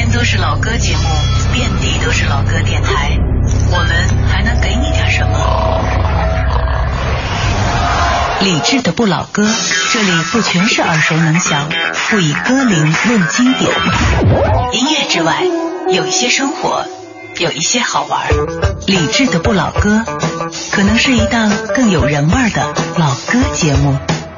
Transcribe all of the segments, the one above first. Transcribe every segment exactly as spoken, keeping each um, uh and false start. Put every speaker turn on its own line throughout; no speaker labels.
边都是老歌节目，遍地都是老歌电台，我们还能给你点什么？理智的不老歌，这里不全是耳熟能详，不以歌龄论经典。音乐之外，有一些生活，有一些好玩。理智的不老歌，可能是一档更有人味的老歌节目。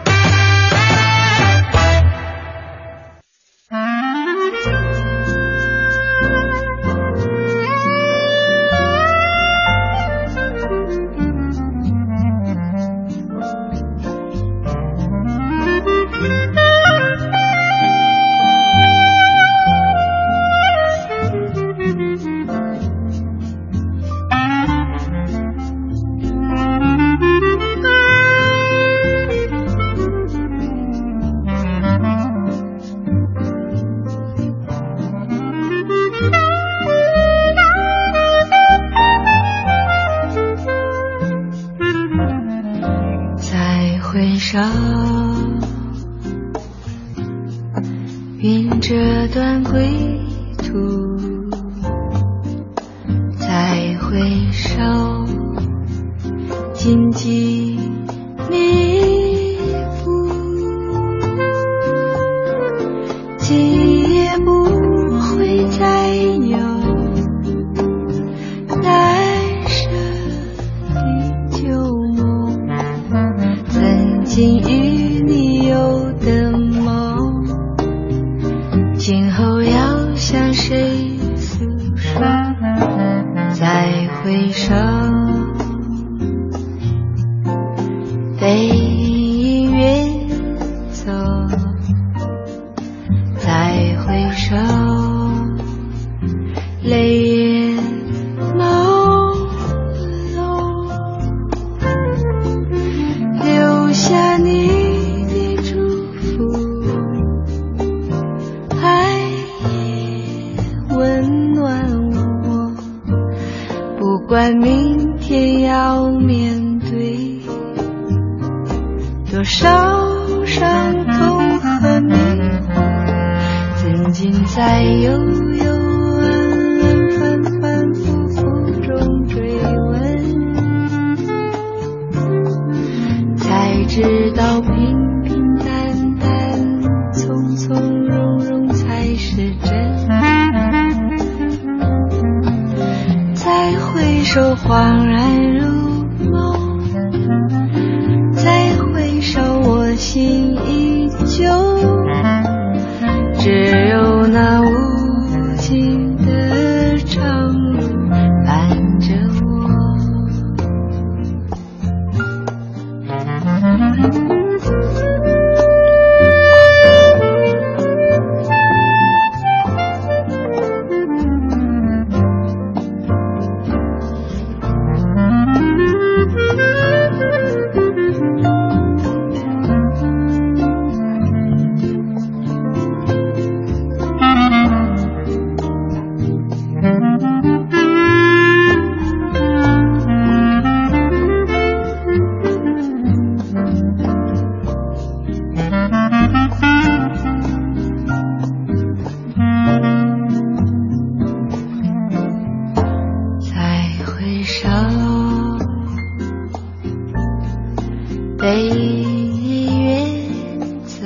云这段归途，再回首，荆棘密布，今夜不会再有来生的旧梦，曾经与你有的梦，今后要向谁诉说？再回首，背影远走，再回首，泪眼朦胧，留下你的祝福，爱也温暖我，不管明天要面对多少伤痛和迷惑，曾经在悠悠安安反反复复中追问，才知道平平淡淡从从容容才是真。再回首恍然如梦，再回首我心依旧，只有那无尽的长路伴着我。背影远走，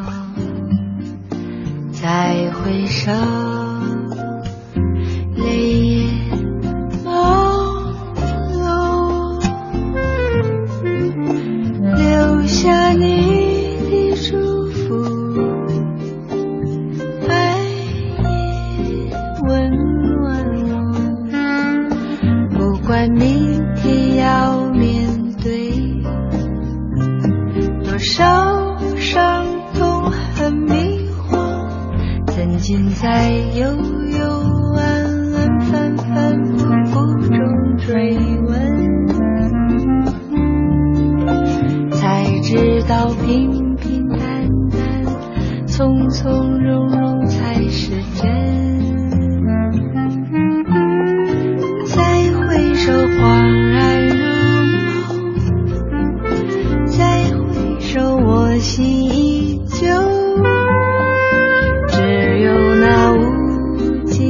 再回首，泪眼朦胧，留下你的祝福，爱也温暖我，不管明天要面对多少伤痛和迷惑，曾经在悠悠安安反反复复中追问，才知道平平淡淡从从容容才是真。再回首恍然如梦，再回首我心依旧，只有那无尽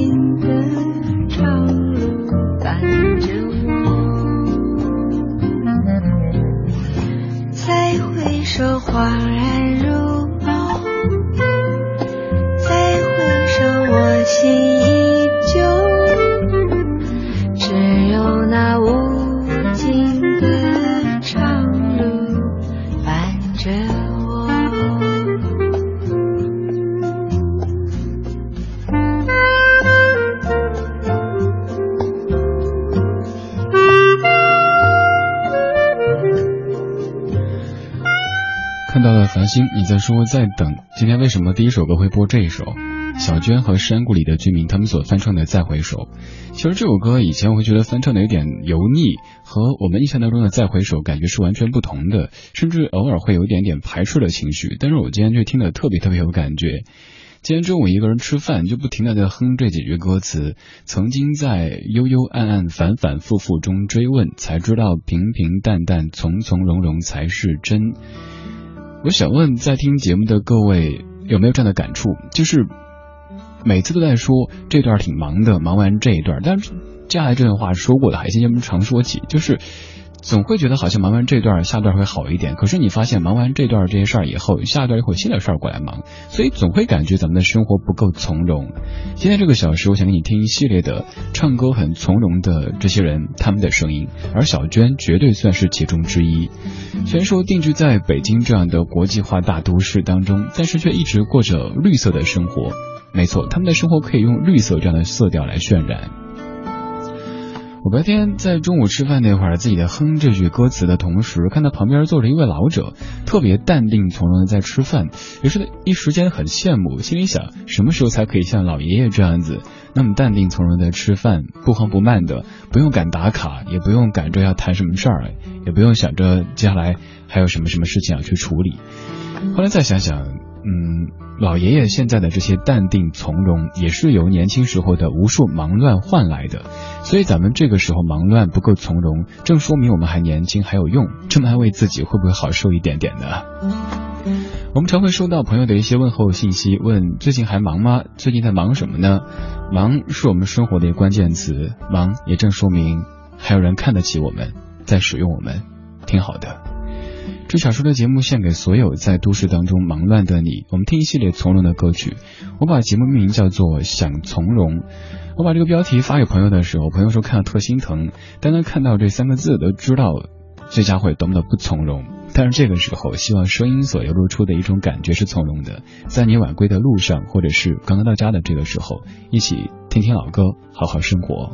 条心，你在说在等，今天为什么第一首歌会播这一首？小娟和山谷里的居民他们所翻唱的《再回首》。其实这首歌以前我会觉得翻唱的有点油腻，和我们印象当中的《再回首》感觉是完全不同的，甚至偶尔会有一点点排斥的情绪。但是我今天却听得特别特别有感觉。今天中午一个人吃饭，就不停地在哼这几句歌词。曾经在幽幽暗暗反反复复中追问，才知道平平淡淡从从容容才是真。我想问在听节目的各位有没有这样的感触，就是每次都在说这段挺忙的，忙完这一段，但是接下来这段话说过的海星节目常说起，就是总会觉得好像忙完这段下段会好一点，可是你发现忙完这段这些事儿以后，下段又会新的事儿过来忙，所以总会感觉咱们的生活不够从容。今天这个小时我想给你听一系列的唱歌很从容的这些人他们的声音，而小娟绝对算是其中之一。虽然说定居在北京这样的国际化大都市当中，但是却一直过着绿色的生活。没错，他们的生活可以用绿色这样的色调来渲染。我白天在中午吃饭那会儿，自己在哼这句歌词的同时，看到旁边坐着一位老者，特别淡定从容的在吃饭，于是一时间很羡慕，心里想什么时候才可以像老爷爷这样子那么淡定从容的吃饭，不慌不慢的，不用赶打卡，也不用赶着要谈什么事儿，也不用想着接下来还有什么什么事情要去处理。后来再想想，嗯，老爷爷现在的这些淡定从容，也是由年轻时候的无数忙乱换来的。所以咱们这个时候忙乱不够从容，正说明我们还年轻还有用，这么安慰自己会不会好受一点点呢？我们常会收到朋友的一些问候信息，问最近还忙吗？最近在忙什么呢？忙是我们生活的一个关键词，忙也正说明还有人看得起我们，在使用我们，挺好的。这小说的节目献给所有在都市当中忙乱的你，我们听一系列从容的歌曲。我把节目命名叫做想从容。我把这个标题发给朋友的时候，朋友说看了特心疼，单单看到这三个字都知道这家伙多么的不从容。但是这个时候希望声音所流露出的一种感觉是从容的，在你晚归的路上，或者是刚刚到家的这个时候，一起听听老歌，好好生活。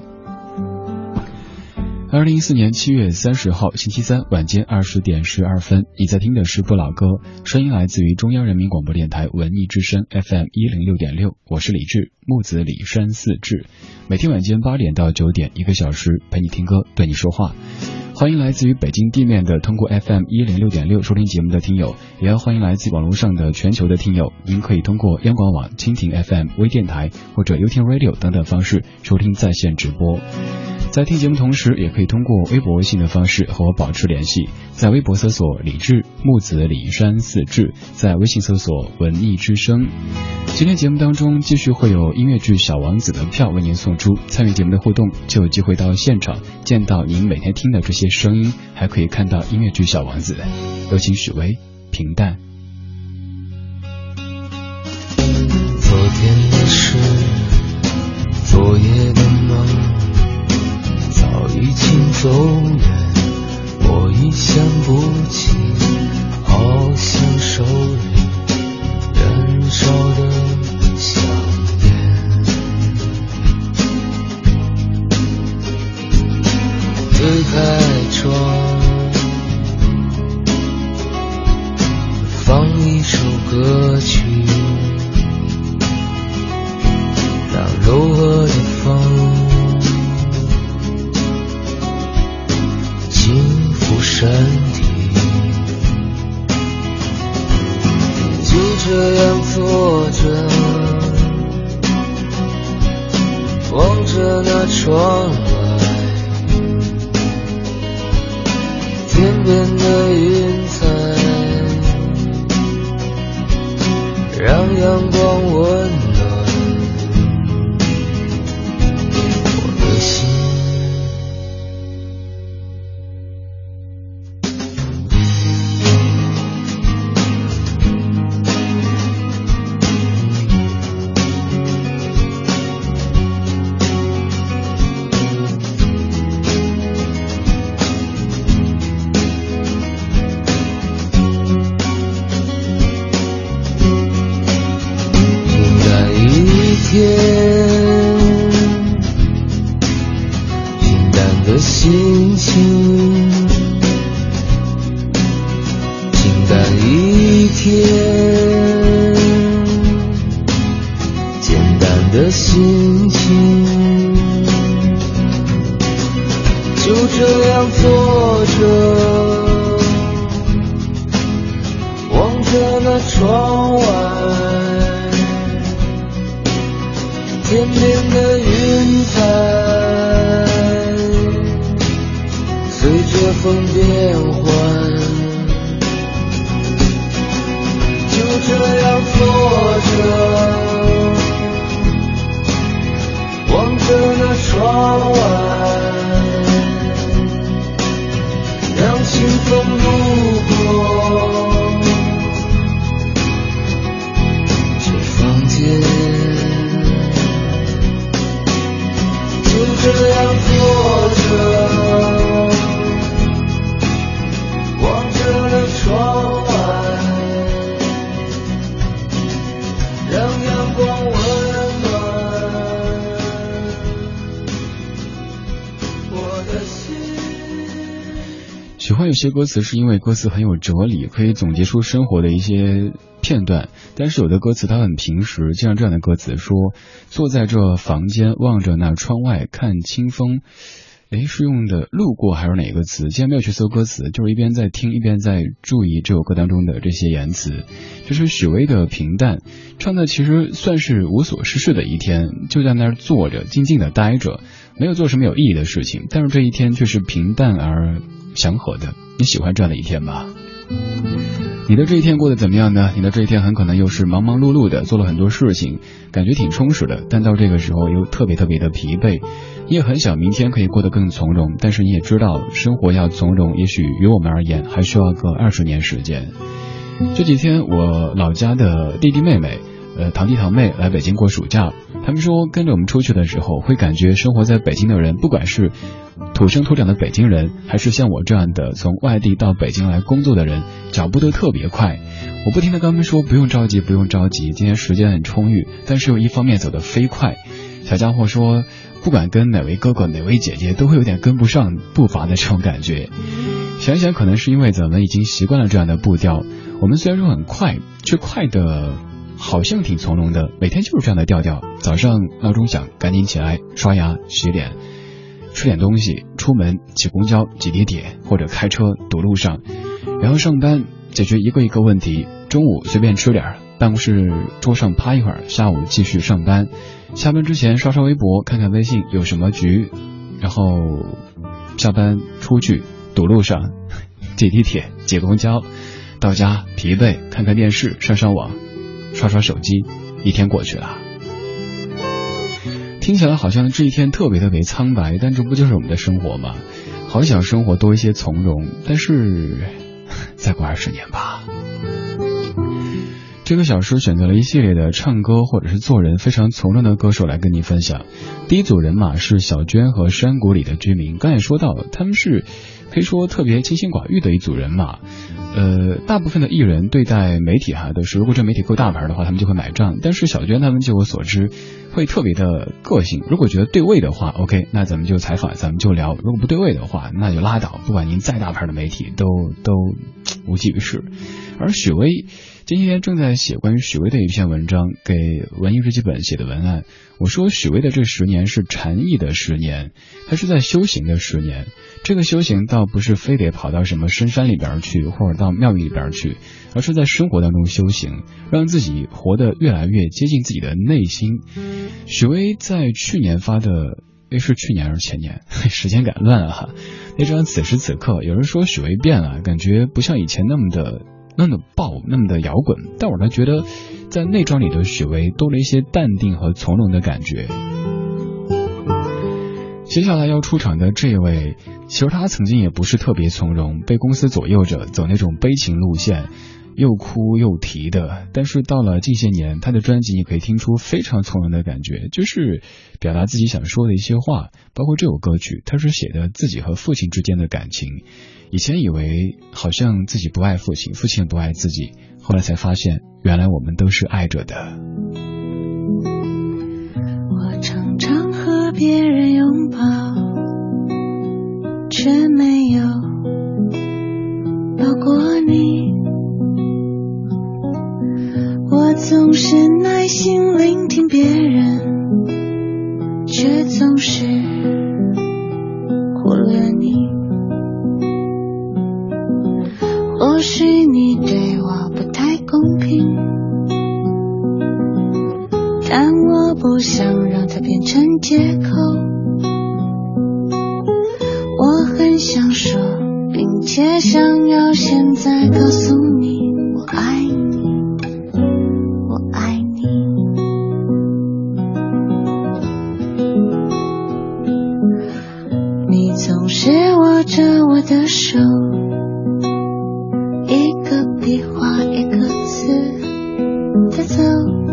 二零一四年七月三十号星期三晚间二十点十二分，你在听的是不老歌，声音来自于中央人民广播电台文艺之声 F M 一零六点六，我是李志，木子李山四志，每天晚间八点到九点，一个小时陪你听歌，对你说话。欢迎来自于北京地面的通过 F M 一零六点六收听节目的听友，也要欢迎来自网络上的全球的听友。您可以通过央广网、蜻蜓 F M、微电台或者 YouTube Radio 等等方式收听在线直播。在听节目同时，也可以通过微博微信的方式和我保持联系，在微博搜索李志木子李山四志，在微信搜索文艺之声。今天节目当中继续会有音乐剧小王子的票为您送出，参与节目的互动就有机会到现场见到您每天听的这些声音，还可以看到音乐剧小王子。有请许巍，平淡。
昨天的事，昨夜的梦，早已经走远，我已想不起，好像手里燃烧的香烟。推开窗，放一首歌曲，让柔和的风轻抚身体，就这样坐着，望着那窗外，天边的云彩让阳光温暖我的心。心情，平淡一天， 天，简单的心情，就这样坐着，望着那窗外，天边的云彩随着风变换，就这样坐着，望着那窗外，让清风路过这房间，就这样坐着，望着那窗外，让阳光温暖我的心。
喜欢有些歌词是因为歌词很有哲理，可以总结出生活的一些片段，但是有的歌词它很平实，就像这样的歌词说，坐在这房间望着那窗外看清风，诶，是用的路过还是哪个词？既然没有去搜歌词，就是一边在听一边在注意这首歌当中的这些言辞。就是许巍的平淡，唱的其实算是无所事事的一天，就在那儿坐着静静的待着，没有做什么有意义的事情，但是这一天却是平淡而祥和的。你喜欢这样的一天吗？你的这一天过得怎么样呢？你的这一天很可能又是忙忙碌碌的，做了很多事情，感觉挺充实的，但到这个时候又特别特别的疲惫。你也很想明天可以过得更从容，但是你也知道生活要从容，也许于我们而言还需要个二十年时间。这几天我老家的弟弟妹妹呃，堂弟堂妹来北京过暑假，他们说跟着我们出去的时候会感觉生活在北京的人，不管是土生土长的北京人，还是像我这样的从外地到北京来工作的人，脚步都特别快。我不停地跟他们说不用着急不用着急，今天时间很充裕，但是又一方面走得飞快。小家伙说不管跟哪位哥哥哪位姐姐都会有点跟不上步伐的这种感觉。想想可能是因为咱们已经习惯了这样的步调，我们虽然说很快，却快的好像挺从容的，每天就是这样的调调。早上闹钟响，赶紧起来刷牙洗脸，吃点东西，出门挤公交挤地铁或者开车堵路上，然后上班解决一个一个问题，中午随便吃点，办公室桌上趴一会儿，下午继续上班。下班之前刷刷微博，看看微信有什么局，然后下班出去堵路上挤地铁挤公交，到家疲惫，看看电视上上网刷刷手机，一天过去了。听起来好像这一天特别特别苍白，但这不就是我们的生活吗？好想生活多一些从容，但是再过二十年吧。这个小时选择了一系列的唱歌或者是做人非常从容的歌手来跟你分享。第一组人马是小娟和山谷里的居民，刚才说到了，他们是可以说特别清心寡欲的一组人马。呃，大部分的艺人对待媒体哈都是，如果这媒体够大牌的话，他们就会买账。但是小娟他们据我所知，会特别的个性。如果觉得对位的话 ，OK， 那咱们就采访，咱们就聊；如果不对位的话，那就拉倒。不管您再大牌的媒体，都都无济于事。而许巍今天正在写关于许巍的一篇文章，给文艺日记本写的文案。我说许巍的这十年是禅意的十年，他是在修行的十年。这个修行倒不是非得跑到什么深山里边去，或者到庙宇里边去，而是在生活当中修行，让自己活得越来越接近自己的内心。许巍在去年发的，诶，是去年还是前年？时间感乱了哈。那张此时此刻，有人说许巍变了，感觉不像以前那么的那么爆，那么的摇滚，但我呢觉得在那张里的许巍多了一些淡定和从容的感觉。接下来要出场的这位，其实他曾经也不是特别从容，被公司左右着走那种悲情路线，又哭又啼的。但是到了近些年，他的专辑你可以听出非常从容的感觉，就是表达自己想说的一些话。包括这首歌曲，他是写的自己和父亲之间的感情。以前以为好像自己不爱父亲，父亲不爱自己，后来才发现原来我们都是爱着的。
我常常和别人拥抱，却没有抱过你。 但我不想让它变成借口。我很想说，并且想要现在告诉你，我爱你，我爱你。你总是握着我的手，一个笔画一个字的走，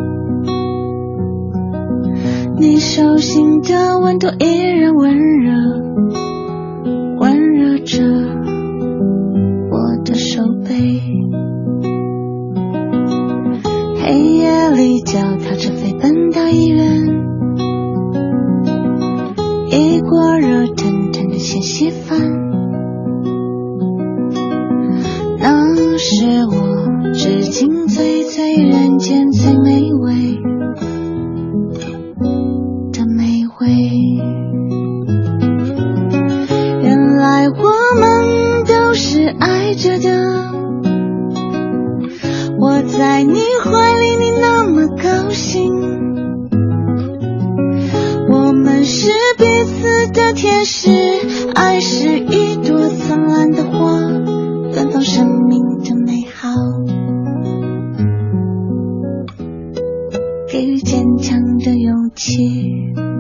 你手心的温度依然温热，温热着我的手背。黑夜里脚踏车飞奔到医院，一锅热腾腾的咸稀饭，那是我至今最最人间最美味的美味。原来我们都是爱着的，我在你怀里你那么高兴，我们是彼此的天使，爱是一朵灿烂的花，芬芳生命的美好，给予坚强的勇气。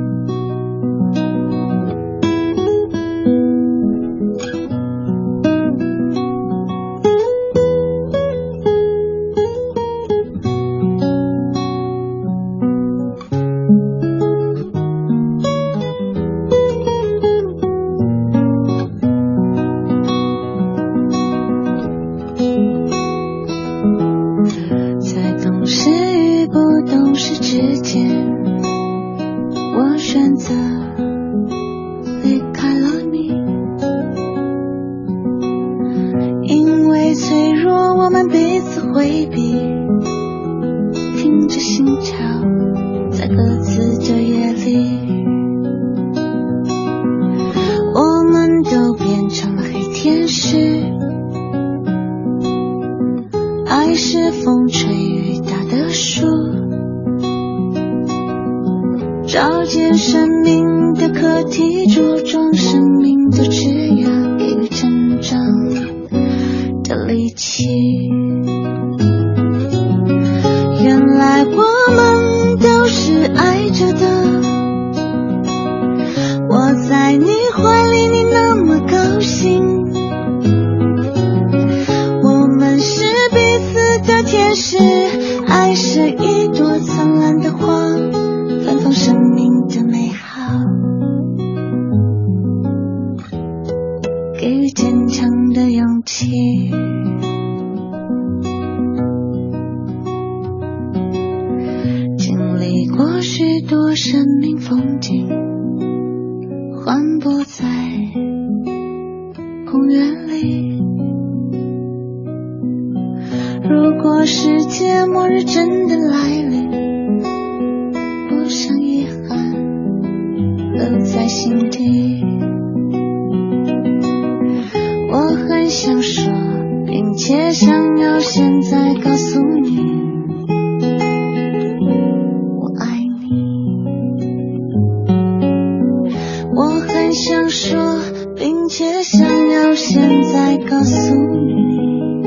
照见生命的课题，茁壮生命的枝桠，给予成长的力气。原来我们都是爱着的，我在你怀里你那么高兴，我们是彼此的天使，爱是一朵灿烂的花，芬芳生命的美好，给予坚强的勇气。经历过许多生命风景，环不在公园里。如果世界末日真的来临，不想遗憾留在心底。我很想说，并且想要现在告诉你，我爱你。我很想说，并且想要现在告诉你，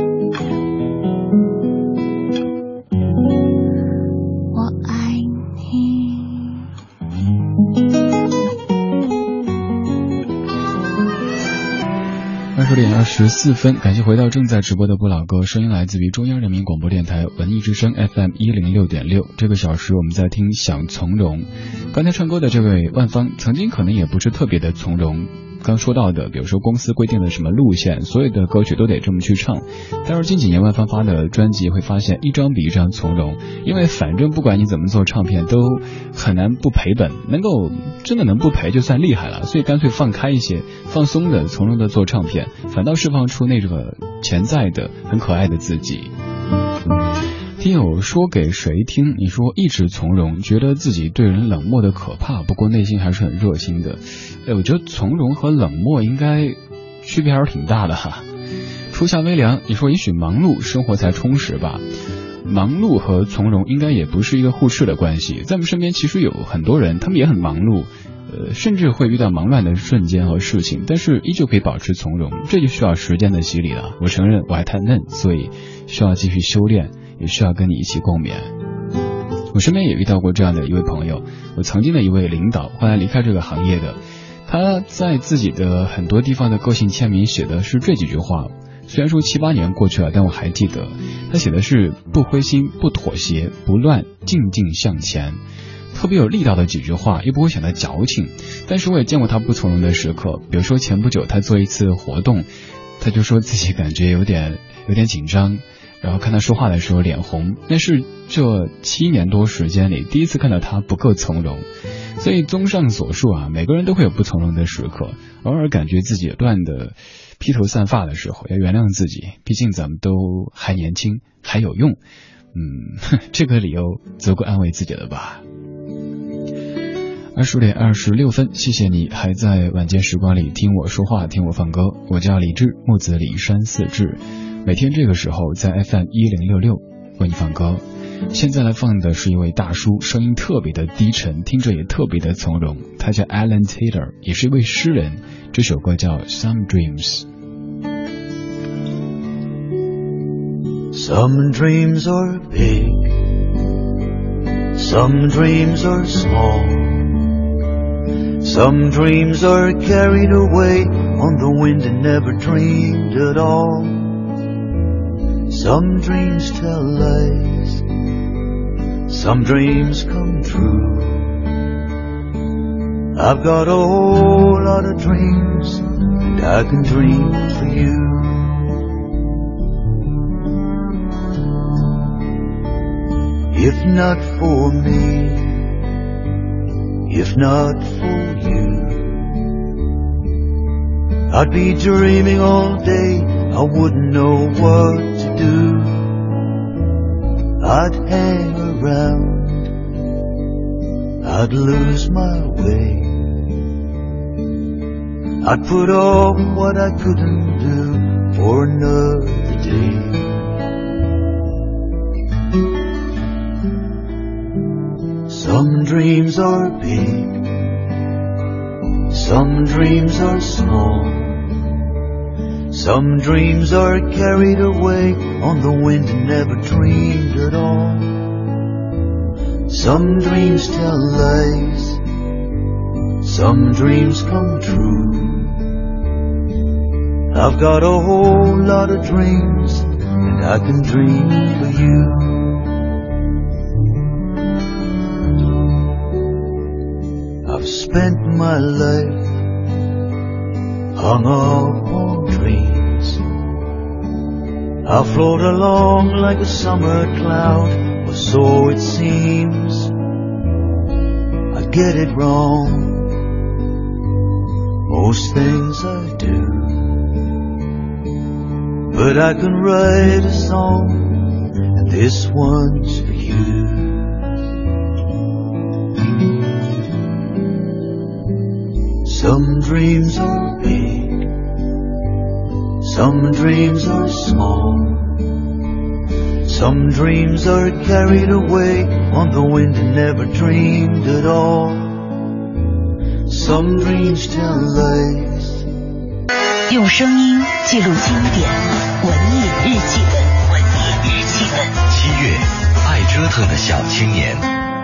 十点二十四分，感谢回到正在直播的不老歌，声音来自于中央人民广播电台文艺之声 F M 一零六点六。这个小时我们在听想从容。刚才唱歌的这位万芳，曾经可能也不是特别的从容。刚说到的，比如说公司规定的什么路线，所有的歌曲都得这么去唱。但是近几年万芳发的专辑会发现，一张比一张从容，因为反正不管你怎么做唱片，都很难不赔本，能够真的能不赔就算厉害了，所以干脆放开一些，放松的从容的做唱片，反倒释放出那个潜在的很可爱的自己。听友说给谁听？你说一直从容，觉得自己对人冷漠的可怕，不过内心还是很热心的。哎，我觉得从容和冷漠应该区别还是挺大的哈。初夏微凉，你说也许忙碌生活才充实吧。 忙碌和从容应该也不是一个互斥的关系。在我们身边其实有很多人，他们也很忙碌，呃，甚至会遇到忙乱的瞬间和事情，但是依旧可以保持从容，这就需要时间的洗礼了。我承认我还太嫩，所以需要继续修炼，也需要跟你一起共勉。我身边也遇到过这样的一位朋友，我曾经的一位领导，后来离开这个行业的，他在自己的很多地方的个性签名写的是这几句话。虽然说七八年过去了，但我还记得他写的是不灰心不妥协不乱静静向前，特别有力道的几句话，又不会显得矫情。但是我也见过他不从容的时刻，比如说前不久他做一次活动，他就说自己感觉有点有点紧张，然后看他说话的时候脸红，那是这七年多时间里第一次看到他不够从容。所以综上所述啊，每个人都会有不从容的时刻，偶尔感觉自己乱的披头散发的时候，要原谅自己，毕竟咱们都还年轻，还有用。嗯，这个理由足够安慰自己了吧。二十点二十六分，谢谢你还在晚间时光里听我说话，听我放歌。我叫李志，木子李山四志，每天这个时候在 F M 一零六六为你放歌。现在来放的是一位大叔，声音特别的低沉，听着也特别的从容，他叫 Alan Taylor， 也是一位诗人。这首歌叫 Some Dreams。
Some dreams are big, some dreams are small, some dreams are carried away on the wind and never dreamed at all. Some dreams tell lies, some dreams come true. I've got a whole lot of dreams, and I can dream for you. If not for me, if not for you, I'd be dreaming all day, I wouldn't know what to do. I'd hang around, I'd lose my way, I'd put off what I couldn't do for another day. Some dreams are big, some dreams are small, some dreams are carried away on the wind and never dreamed at all. Some dreams tell lies, some dreams come true. I've got a whole lot of dreams, and I can dream for you. I've spent my life hung up on dreams. I'll float along like a summer cloud, or so it seems. I get it wrong, most things I do, but I can write a song, and this one's for you. Some dreams are big, some dreams are small, some dreams are carried away on the wind and never dreamed at all. Some dreams tell lies.
用声音记录经典，文艺日记本，文艺日记本。
七月，爱折腾的小青年。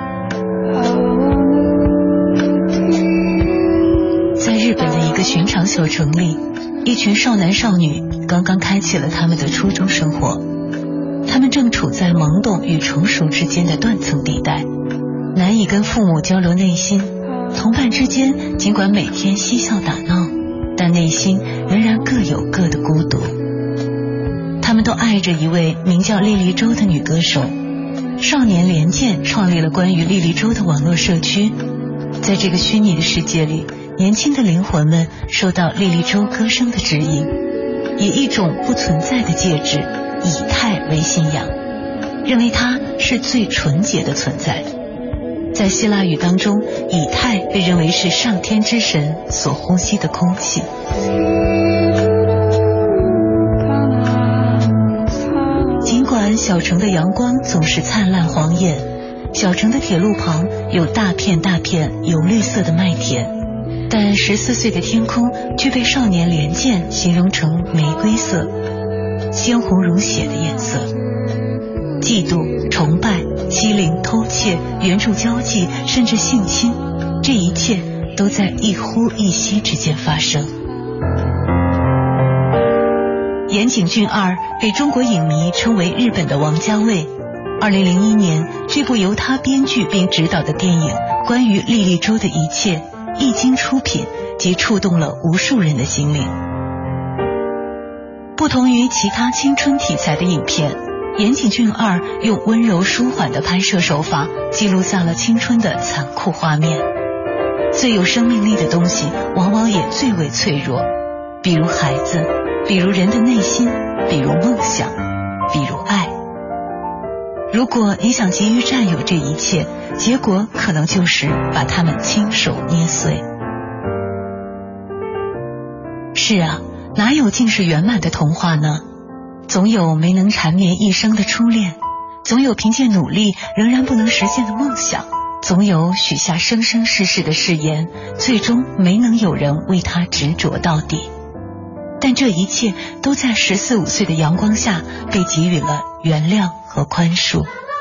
在日本的一个寻常小城里，一群少男少女刚刚开启了他们的初中生活。他们正处在懵懂与成熟之间的断层地带，难以跟父母交流内心。同伴之间尽管每天嬉笑打闹，但内心仍然各有各的孤独。他们都爱着一位名叫莉莉周的女歌手。少年联建创立了关于莉莉周的网络社区，在这个虚拟的世界里，年轻的灵魂们受到莉莉周歌声的指引，以一种不存在的介质以太为信仰，认为它是最纯洁的存在。在希腊语当中，以太被认为是上天之神所呼吸的空气。尽管小城的阳光总是灿烂晃眼，小城的铁路旁有大片大片油绿色的麦田，但十四岁的天空却被少年连剑形容成玫瑰色，鲜红如血的颜色。嫉妒、崇拜、欺凌、偷窃、援助交际，甚至性侵，这一切都在一呼一吸之间发生。岩井俊二被中国影迷称为日本的王家卫。二零零一年，这部由他编剧并执导的电影《关于莉莉周的一切》一经出品，即触动了无数人的心灵。不同于其他青春题材的影片，岩井俊二用温柔舒缓的拍摄手法，记录下了青春的残酷画面。最有生命力的东西，往往也最为脆弱，比如孩子，比如人的内心，比如梦想，比如爱。如果你想急于占有这一切，结果可能就是把它们亲手捏碎。是啊，哪有尽是圆满的童话呢？总有没能缠绵一生的初恋，总有凭借努力仍然不能实现的梦想，总有许下生生世世的誓言，最终没能有人为他执着到底。但这一切都在十四五岁的阳光下被给予了原谅和宽恕。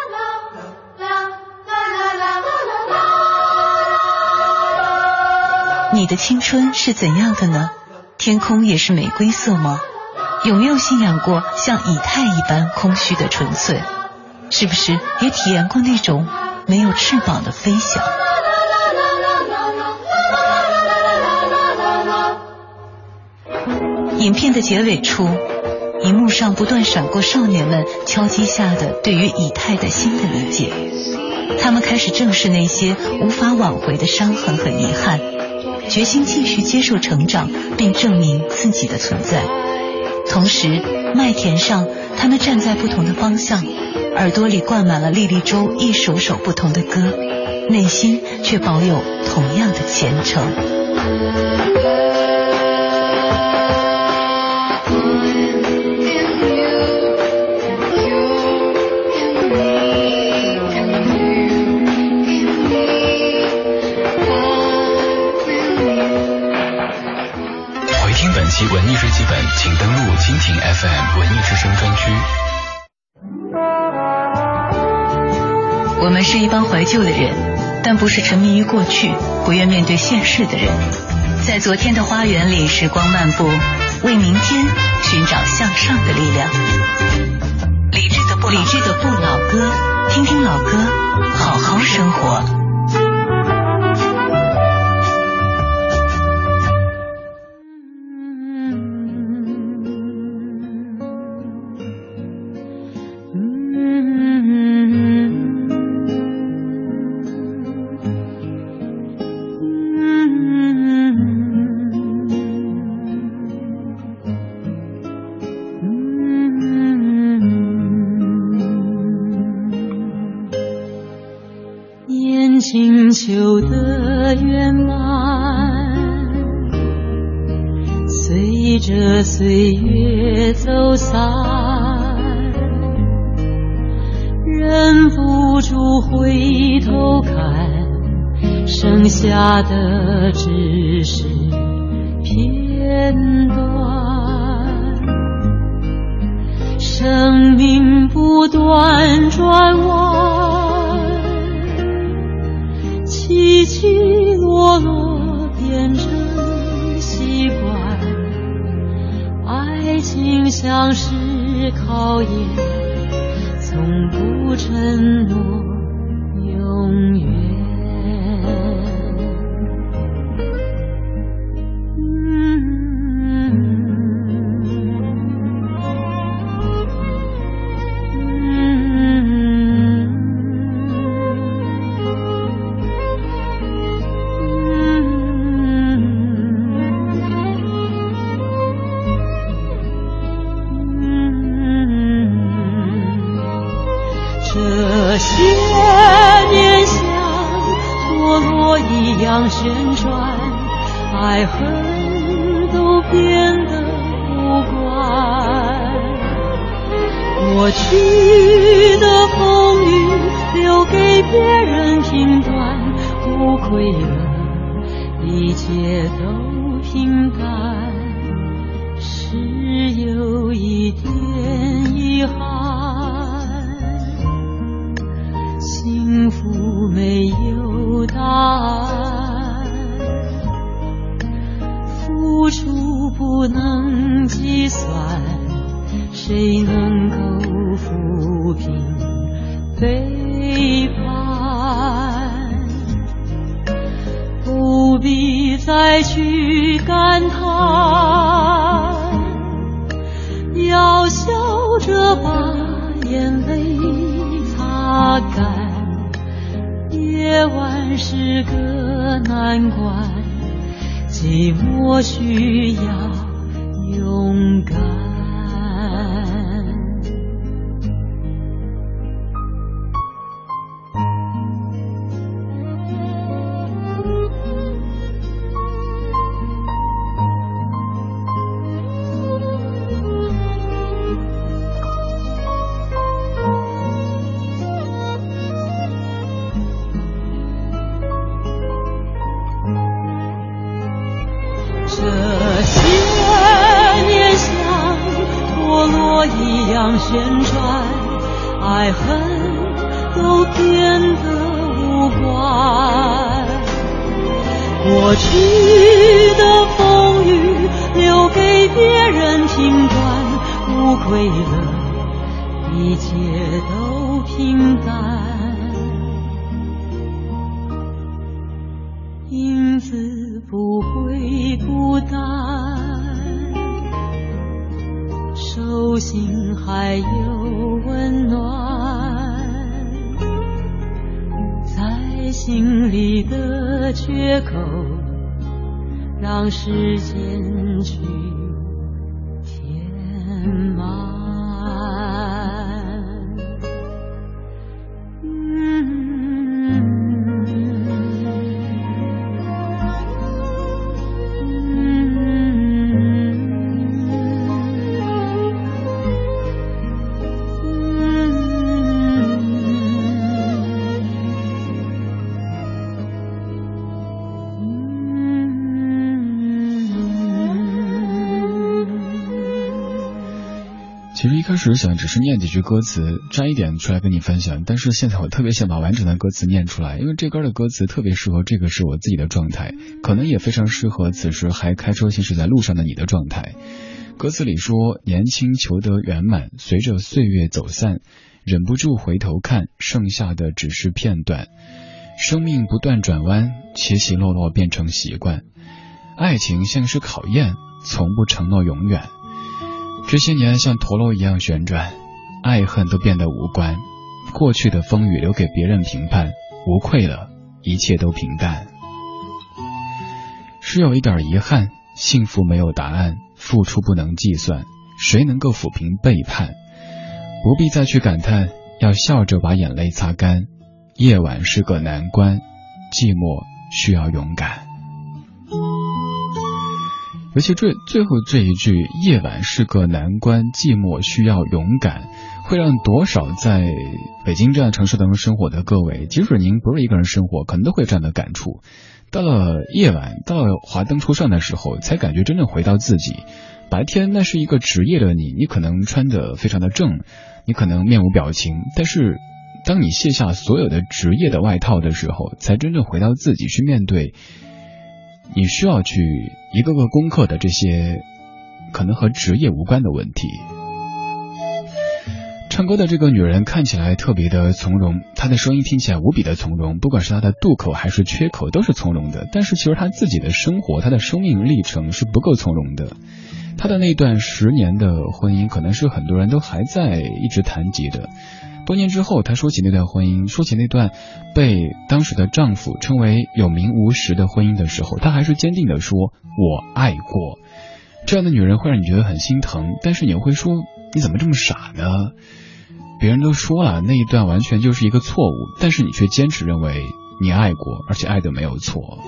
你的青春是怎样的呢？天空也是玫瑰色吗？有没有信仰过像以太一般空虚的纯粹？是不是也体验过那种没有翅膀的飞翔？影片的结尾处，荧幕上不断闪过少年们敲击下的对于以太的新的理解，他们开始正视那些无法挽回的伤痕和遗憾，决心继续接受成长，并证明自己的存在。同时，麦田上，他们站在不同的方向，耳朵里灌满了莉莉周一首首不同的歌，内心却保有同样的虔诚。
本期文艺日记本，请登录蜻蜓 F M 文艺之声专区。
我们是一帮怀旧的人，但不是沉迷于过去，不愿面对现实的人。在昨天的花园里时光漫步，为明天寻找向上的力量。理智的不理智的不老歌，听听老歌，好好生活。
清秋的圆满，随着岁月走散，忍不住回头看，剩下的只是片段。生命不断转弯，起起落落变成习惯，爱情像是考验，从不承诺永远。这些年像陀螺一样旋转，爱恨都变得无关。 过去的风雨留给别人评断，无愧了，一切都平淡，是有一点遗憾，幸福没有答案，付出不能计算，谁能够抚平背叛？不必再去感叹，要笑着把眼泪擦干。夜晚是个难关，寂寞需要勇敢。旋转，爱恨都变得无关。过去的风雨留给别人评断，无愧了，一切都平淡。影子不会孤单，手心还有温暖，在心里的缺口，让时间去填满。
其实一开始想只是念几句歌词，摘一点出来跟你分享，但是现在我特别想把完整的歌词念出来，因为这歌的歌词特别适合这个是我自己的状态，可能也非常适合此时还开车行驶在路上的你的状态。歌词里说，年轻求得圆满，随着岁月走散，忍不住回头看，剩下的只是片段。生命不断转弯，起起落落变成习惯，爱情像是考验，从不承诺永远。这些年像陀螺一样旋转，爱恨都变得无关，过去的风雨留给别人评判，无愧了，一切都平淡。是有一点遗憾，幸福没有答案，付出不能计算，谁能够抚平背叛？不必再去感叹，要笑着把眼泪擦干。夜晚是个难关，寂寞需要勇敢。尤其最最后这一句，夜晚是个难关，寂寞需要勇敢，会让多少在北京这样城市当中生活的各位，即使您不是一个人生活，可能都会有这样的感触。到了夜晚，到了华灯初上的时候，才感觉真正回到自己。白天那是一个职业的你，你可能穿得非常的正，你可能面无表情，但是当你卸下所有的职业的外套的时候，才真正回到自己，去面对你需要去一个个攻克的这些可能和职业无关的问题。唱歌的这个女人看起来特别的从容，她的声音听起来无比的从容，不管是她的渡口还是缺口都是从容的，但是其实她自己的生活，她的生命历程是不够从容的。她的那段十年的婚姻可能是很多人都还在一直谈及的，多年之后她说起那段婚姻，说起那段被当时的丈夫称为有名无实的婚姻的时候，她还是坚定地说我爱过。这样的女人会让你觉得很心疼，但是你会说你怎么这么傻呢？别人都说了那一段完全就是一个错误，但是你却坚持认为你爱过，而且爱的没有错。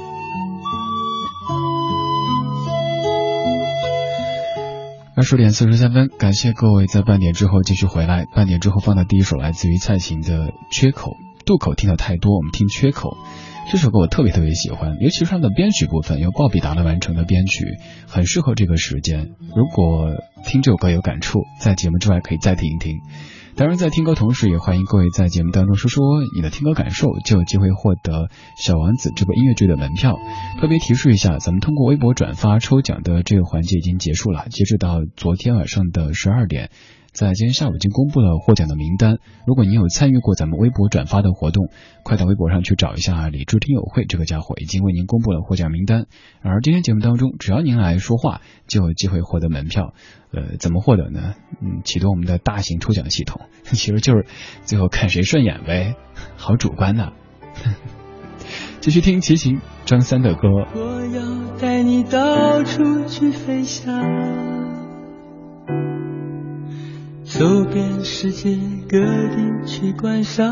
二十点四十三分，感谢各位在半点之后继续回来。半点之后放的第一首来自于蔡琴的《缺口》，渡口听的太多，我们听《缺口》。这首歌我特别特别喜欢，尤其是它的编曲部分，由鲍比达勒完成的编曲，很适合这个时间。如果听这首歌有感触，在节目之外可以再听一听。当然在听歌同时，也欢迎各位在节目当中说说你的听歌感受，就有机会获得小王子这部音乐剧的门票。特别提示一下，咱们通过微博转发抽奖的这个环节已经结束了，截止到昨天晚上的十二点，在今天下午已经公布了获奖的名单。如果您有参与过咱们微博转发的活动，快到微博上去找一下理智听友会，这个家伙已经为您公布了获奖名单。而今天节目当中，只要您来说话，就有机会获得门票。呃，怎么获得呢？嗯，启动我们的大型抽奖系统，其实就是最后看谁顺眼呗，好主观呐、啊。继续听齐秦张三的歌。
我要带你到处去飞翔，走遍世界各地去观赏，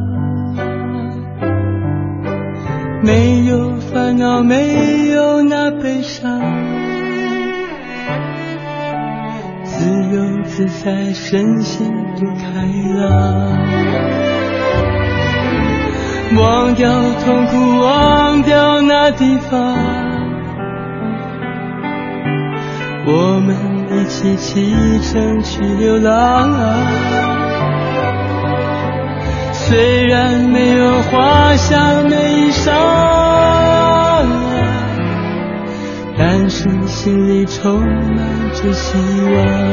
没有烦恼，没有那悲伤，自由自在，身心多开朗，忘掉痛苦，忘掉那地方，我们一起启程去流浪。虽然没有华厦美衣裳，但是心里充满着希望。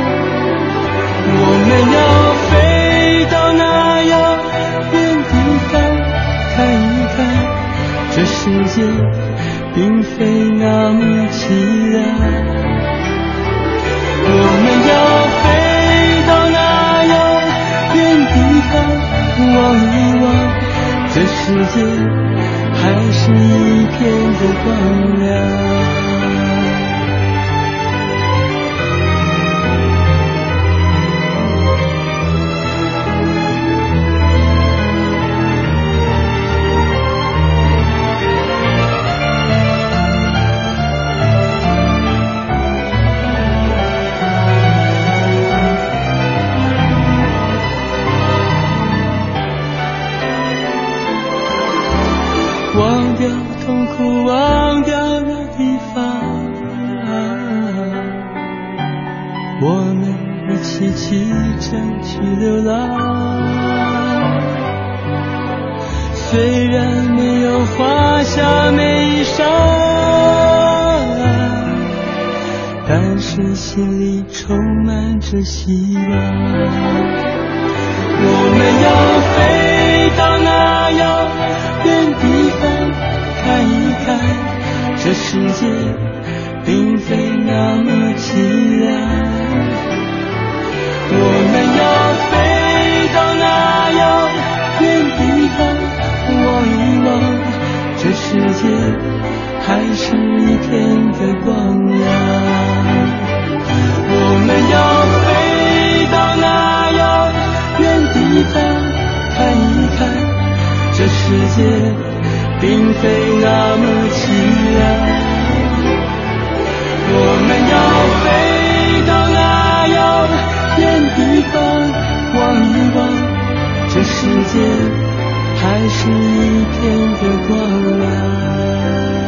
我们要飞到那遥远地方，看一看这世界并非那么凄凉。我们要飞到那遥远地方，望一望这世界还是一片的光亮。忘掉痛苦，忘掉那地方，我们一起启程去流浪。虽然没有华厦美衣裳，但是心里充满着希望。我们要飞到那遥远地方，看一看这世界并非那么凄凉。我们要飞到那遥远地方，望一望这世界还是一片的光亮。我们要飞到那遥远地方，看一看这世界并非那么凄凉。我们要飞到那遥远地方，望一望这世界还是一片的光亮。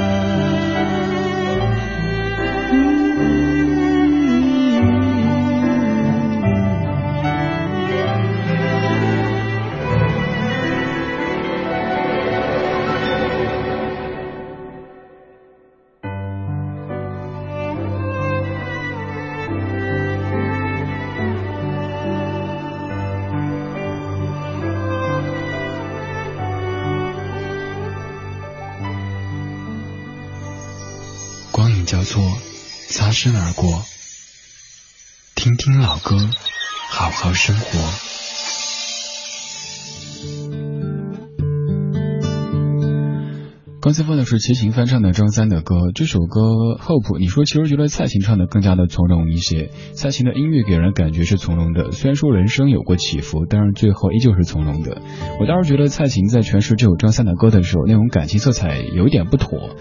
光影交错，擦身而过，听听老歌，好好生活。刚才放的是齐秦翻唱的张三的歌，这首歌 Hope， 你说其实觉得蔡琴唱的更加的从容一些，蔡琴的音乐给人感觉是从容的，虽然说人生有过起伏，但是最后依旧是从容的。我倒是觉得蔡琴在诠释这首张三的歌的时候，那种感情色彩有一点不妥，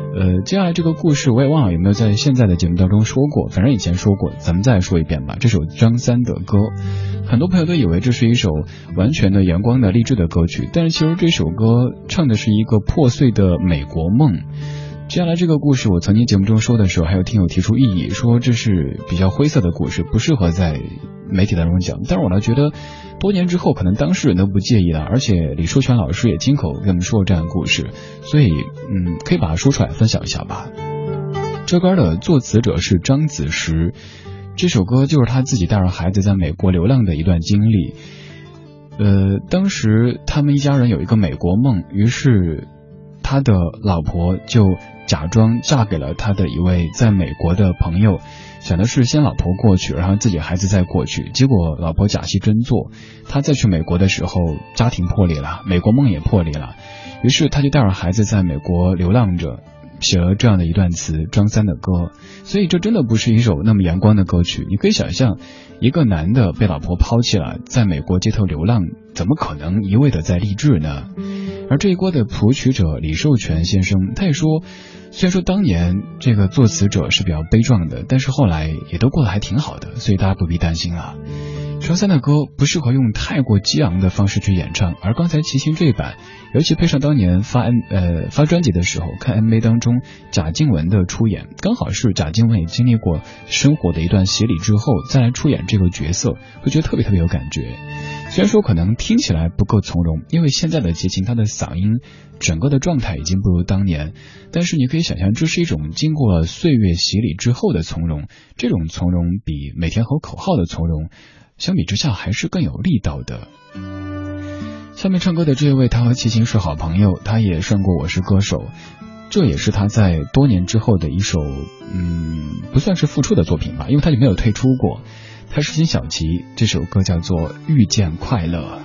呃，接下来这个故事我也忘了有没有在现在的节目当中说过，反正以前说过，咱们再说一遍吧。这首张三的歌，很多朋友都以为这是一首完全的阳光的励志的歌曲，但是其实这首歌唱的是一个破碎的美国梦。接下来这个故事我曾经节目中说的时候，还有听友提出异议，说这是比较灰色的故事，不适合在媒体当中讲。但是我呢觉得多年之后可能当事人都不介意了，而且李树全老师也亲口跟我们说过这样的故事，所以嗯，可以把它说出来分享一下吧。这歌的作词者是张子时，这首歌就是他自己带着孩子在美国流浪的一段经历。呃，当时他们一家人有一个美国梦，于是他的老婆就假装嫁给了他的一位在美国的朋友，想的是先老婆过去，然后自己孩子再过去，结果老婆假戏真做，他再去美国的时候家庭破裂了，美国梦也破裂了，于是他就带着孩子在美国流浪着，写了这样的一段词，张三的歌。所以这真的不是一首那么阳光的歌曲。你可以想象一个男的被老婆抛弃了，在美国街头流浪，怎么可能一味的在励志呢？而这一歌的谱曲者李寿全先生，他也说，虽然说当年这个作词者是比较悲壮的，但是后来也都过得还挺好的，所以大家不必担心了。张三的歌不适合用太过激昂的方式去演唱，而刚才齐秦这版，尤其配上当年发 M 呃发专辑的时候，看 M V 当中贾静雯的出演，刚好是贾静雯也经历过生活的一段洗礼之后再来出演这个角色，会觉得特别特别有感觉。虽然说可能听起来不够从容，因为现在的齐秦他的嗓音整个的状态已经不如当年，但是你可以想象这是一种经过了岁月洗礼之后的从容，这种从容比每天吼口号的从容相比之下还是更有力道的。下面唱歌的这位，他和齐秦是好朋友，他也上过《我是歌手》，这也是他在多年之后的一首嗯，不算是复出的作品吧，因为他就没有退出过。他是辛晓琪，这首歌叫做《遇见快乐》。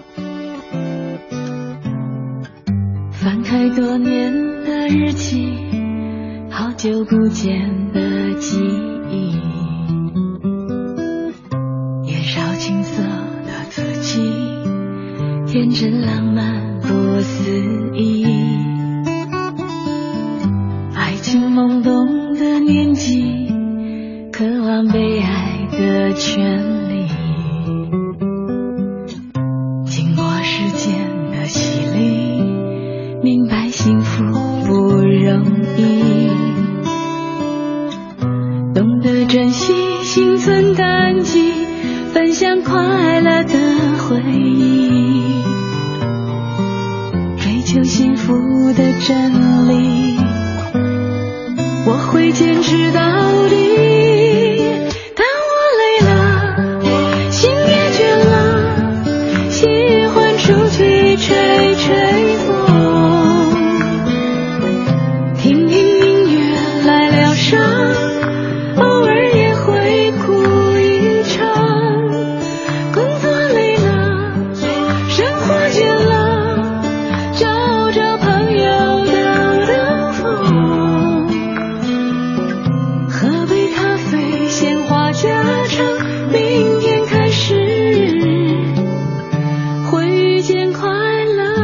翻开多年的日记，好久不见的记忆，年少青涩的自己，天真浪漫不思议，爱情懵懂的年纪，渴望被爱的权利，经过时间的洗礼，明白幸福不容易，懂得珍惜，心存感激，分享快乐的回忆，追求幸福的真理，我会坚持到底。当我累了，心也倦了，喜欢出去吹吹风，听听音乐来疗伤，偶尔也会哭一场。工作累了，生活倦了，找找朋友兜兜风，喝杯咖啡，闲话家常，明天开始会遇见快乐。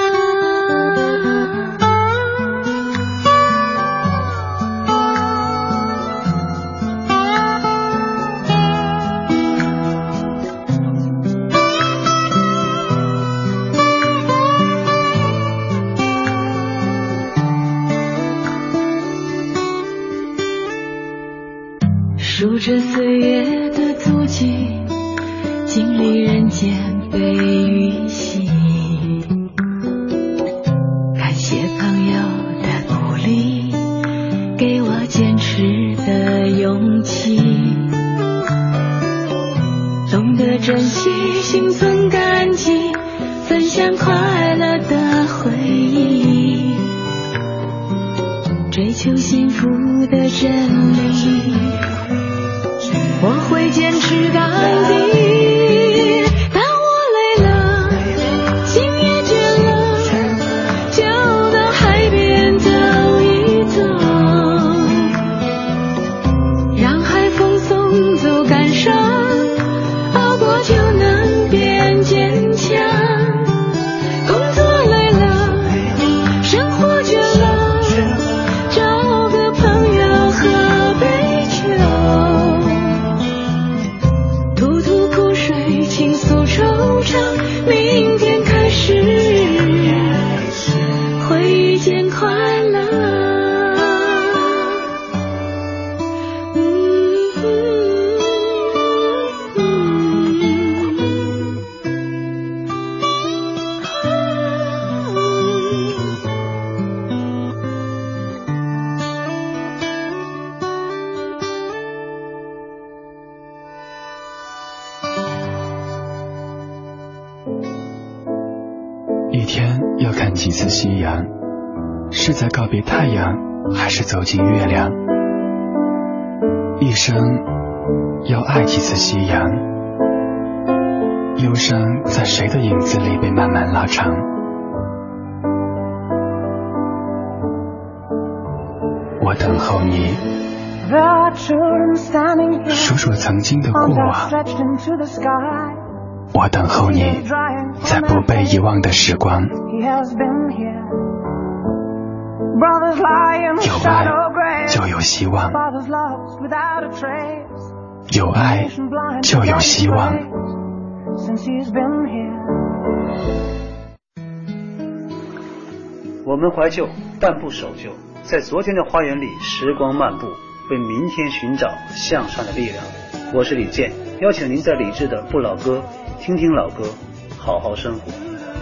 数着岁月的足迹，经历人间悲与喜，感谢朋友的鼓励，给我坚持的勇气，懂得珍惜，心存感激，分享快乐的回忆，追求幸福的真理，我会坚持到底。当我累了，心也倦了，就到海边走一走，让海风送走感伤，熬过就能变坚强。工作累了，生活倦了，找
阳，是在告别太阳，还是走进月亮？一生要爱几次夕阳？忧伤在谁的影子里被慢慢拉长？我等候你，数数曾经的过往。我等候你，在不被遗忘的时光。有爱就有希望，有爱就有希望。
我们怀旧，但不守旧，在昨天的花园里时光漫步，为明天寻找向上的力量。我是李健，邀请您在理智的不老歌听听老歌，好好生活。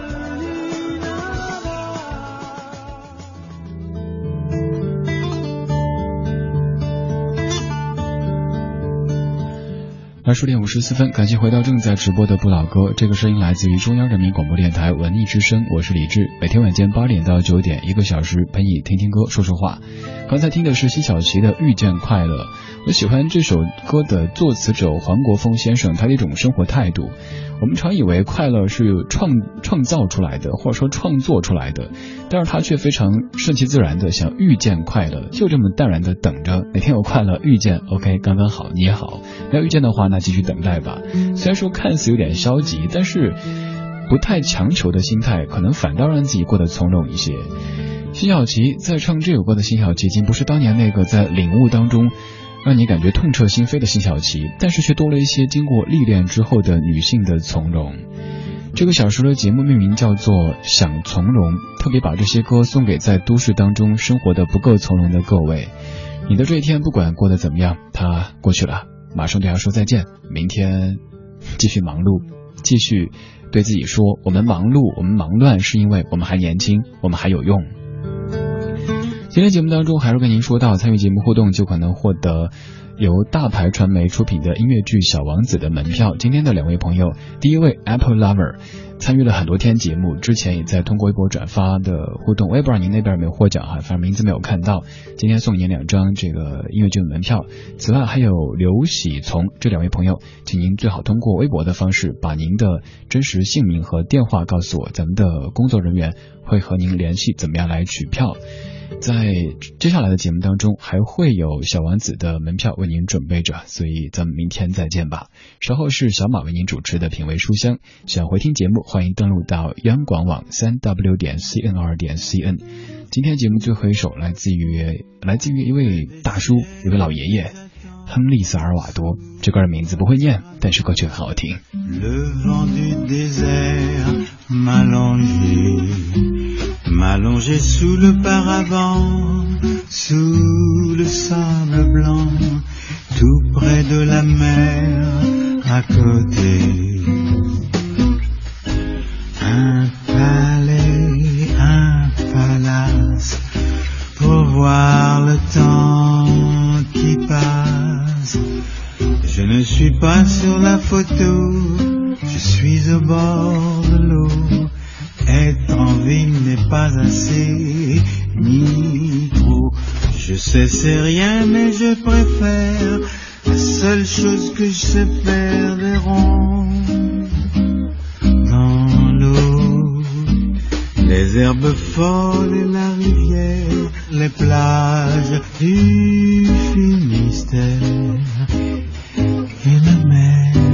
二十点五十四分，感谢回到正在直播的不老歌。这个声音来自于中央人民广播电台文艺之声，我是李志。每天晚间八点到九点，一个小时陪你听听歌，说说话。刚才听的是辛晓琪的《遇见快乐》。我喜欢这首歌的作词者黄国峰先生他的一种生活态度。我们常以为快乐是创创造出来的，或者说创作出来的，但是他却非常顺其自然的想遇见快乐，就这么淡然的等着哪天有快乐遇见 OK 刚刚好，你也好，没有遇见的话那继续等待吧。虽然说看似有点消极，但是不太强求的心态可能反倒让自己过得从容一些。辛晓琪在唱这首歌的辛晓琪已经不是当年那个在领悟当中让你感觉痛彻心扉的辛晓琪，但是却多了一些经过历练之后的女性的从容。这个小时的节目命名叫做想从容，特别把这些歌送给在都市当中生活的不够从容的各位。你的这一天不管过得怎么样，它过去了，马上对它说再见，明天继续忙碌，继续对自己说，我们忙碌，我们忙乱是因为我们还年轻，我们还有用。今天节目当中还是跟您说到，参与节目互动就可能获得由大牌传媒出品的音乐剧《小王子》的门票。今天的两位朋友，第一位 Apple Lover 参与了很多天节目，之前也在通过微博转发的互动，我也不知道您那边有没有获奖哈，反正名字没有看到。今天送您两张这个音乐剧的门票。此外还有刘喜从，这两位朋友，请您最好通过微博的方式把您的真实姓名和电话告诉我，咱们的工作人员会和您联系怎么样来取票。在接下来的节目当中还会有小王子的门票为您准备着，所以咱们明天再见吧。稍后是小马为您主持的品味书香，想回听节目欢迎登录到央广网 三 w 点 c n r 点 c n。 今天节目最后一首来自于来自于一位大叔，一位老爷爷，亨利·萨尔瓦多。这歌的名字不会念，但是歌曲很好听。
Le vent du désert m'allongeait m'allonger sous le paravent, sous le sable blanc, tout près de la mer, à côté. Un palais, un palace, pour voir le temps qui passe. Je ne suis pas sur la photo, je suis au bord de l'eau.Être en ville n'est pas assez, ni trop. Je sais c'est rien mais je préfère la seule chose que je sais faire, des ronds dans l'eau. Les herbes folles et la rivière, les plages du Finistère et la mer.